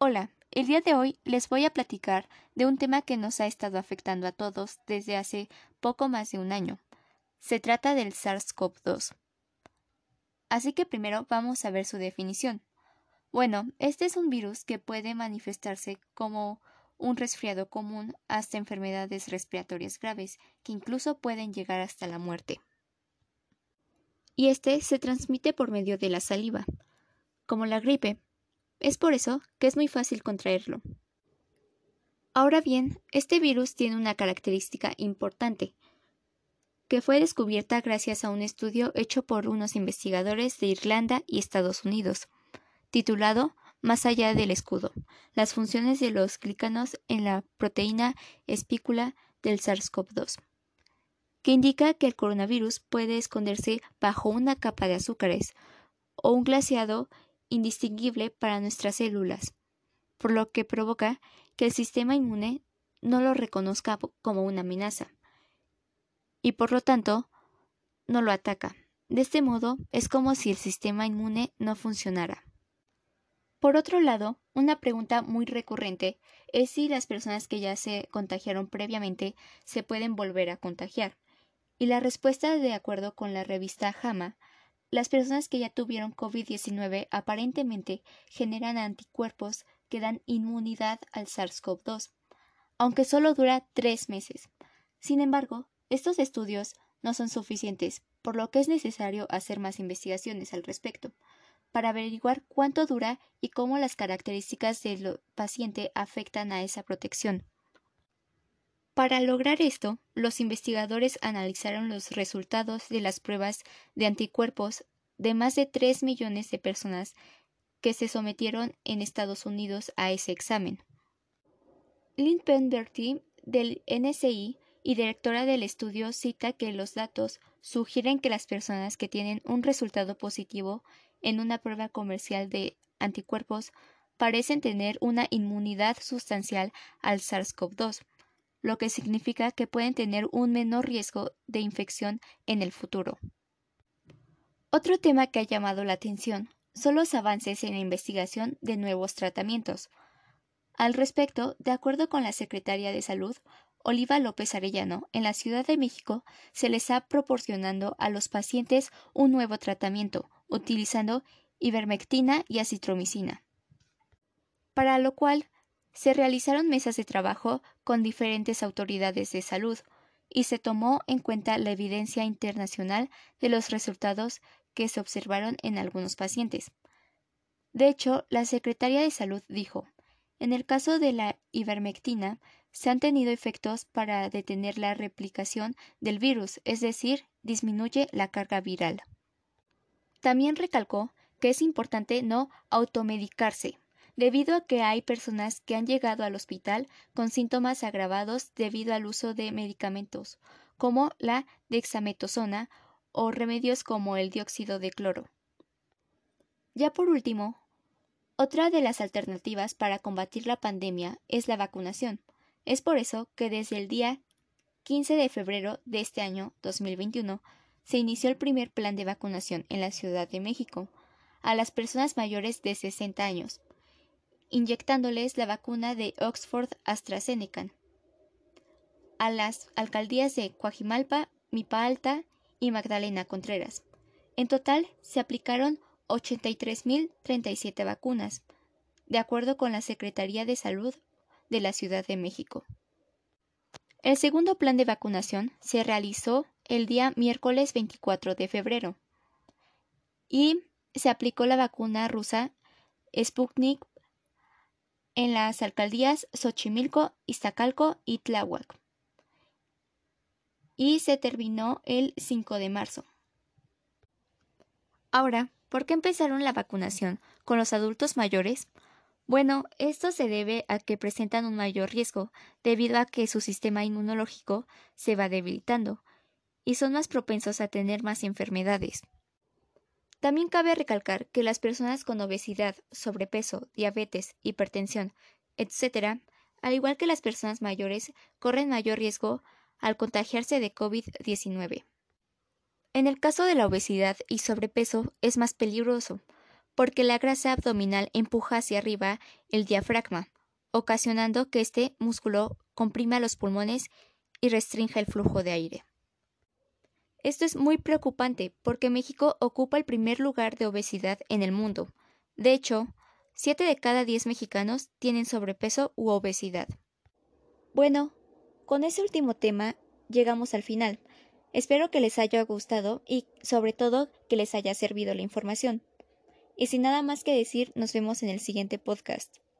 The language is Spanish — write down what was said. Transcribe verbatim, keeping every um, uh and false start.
Hola, el día de hoy les voy a platicar de un tema que nos ha estado afectando a todos desde hace poco más de un año. Se trata del SARS-CoV dos. Así que primero vamos a ver su definición. Bueno, este es un virus que puede manifestarse como un resfriado común hasta enfermedades respiratorias graves, que incluso pueden llegar hasta la muerte. Y este se transmite por medio de la saliva, como la gripe. Es por eso que es muy fácil contraerlo. Ahora bien, este virus tiene una característica importante, que fue descubierta gracias a un estudio hecho por unos investigadores de Irlanda y Estados Unidos, titulado Más allá del escudo, las funciones de los glicanos en la proteína espícula del SARS-CoV dos, que indica que el coronavirus puede esconderse bajo una capa de azúcares o un glaseado indistinguible para nuestras células, por lo que provoca que el sistema inmune no lo reconozca como una amenaza y por lo tanto no lo ataca. De este modo es como si el sistema inmune no funcionara. Por otro lado, una pregunta muy recurrente es si las personas que ya se contagiaron previamente se pueden volver a contagiar. Y la respuesta, de acuerdo con la revista JAMA, las personas que ya tuvieron COVID diecinueve aparentemente generan anticuerpos que dan inmunidad al SARS-CoV dos, aunque solo dura tres meses. Sin embargo, estos estudios no son suficientes, por lo que es necesario hacer más investigaciones al respecto, para averiguar cuánto dura y cómo las características del paciente afectan a esa protección. Para lograr esto, los investigadores analizaron los resultados de las pruebas de anticuerpos de más de tres millones de personas que se sometieron en Estados Unidos a ese examen. Lynn Penberty, del N S I y directora del estudio, cita que los datos sugieren que las personas que tienen un resultado positivo en una prueba comercial de anticuerpos parecen tener una inmunidad sustancial al SARS-CoV dos, lo que significa que pueden tener un menor riesgo de infección en el futuro. Otro tema que ha llamado la atención son los avances en la investigación de nuevos tratamientos. Al respecto, de acuerdo con la Secretaría de Salud, Oliva López Arellano, en la Ciudad de México se les ha proporcionando a los pacientes un nuevo tratamiento, utilizando ivermectina y acitromicina, para lo cual se realizaron mesas de trabajo con diferentes autoridades de salud y se tomó en cuenta la evidencia internacional de los resultados que se observaron en algunos pacientes. De hecho, la Secretaría de Salud dijo: en el caso de la ivermectina, se han tenido efectos para detener la replicación del virus, es decir, disminuye la carga viral. También recalcó que es importante no automedicarse, debido a que hay personas que han llegado al hospital con síntomas agravados debido al uso de medicamentos, como la dexametasona o remedios como el dióxido de cloro. Ya por último, otra de las alternativas para combatir la pandemia es la vacunación. Es por eso que desde el día quince de febrero de este año dos mil veintiuno se inició el primer plan de vacunación en la Ciudad de México a las personas mayores de sesenta años, inyectándoles la vacuna de Oxford AstraZeneca a las alcaldías de Coajimalpa, Milpa Alta y Magdalena Contreras. En total se aplicaron ochenta y tres mil treinta y siete vacunas, de acuerdo con la Secretaría de Salud de la Ciudad de México. El segundo plan de vacunación se realizó el día miércoles veinticuatro de febrero y se aplicó la vacuna rusa Sputnik en las alcaldías Xochimilco, Iztacalco y Tláhuac, y se terminó el cinco de marzo. Ahora, ¿por qué empezaron la vacunación con los adultos mayores? Bueno, esto se debe a que presentan un mayor riesgo debido a que su sistema inmunológico se va debilitando y son más propensos a tener más enfermedades. También cabe recalcar que las personas con obesidad, sobrepeso, diabetes, hipertensión, etcétera, al igual que las personas mayores, corren mayor riesgo al contagiarse de COVID diecinueve. En el caso de la obesidad y sobrepeso es más peligroso, porque la grasa abdominal empuja hacia arriba el diafragma, ocasionando que este músculo comprima los pulmones y restrinja el flujo de aire. Esto es muy preocupante porque México ocupa el primer lugar de obesidad en el mundo. De hecho, siete de cada diez mexicanos tienen sobrepeso u obesidad. Bueno, con ese último tema llegamos al final. Espero que les haya gustado y, sobre todo, que les haya servido la información. Y sin nada más que decir, nos vemos en el siguiente podcast.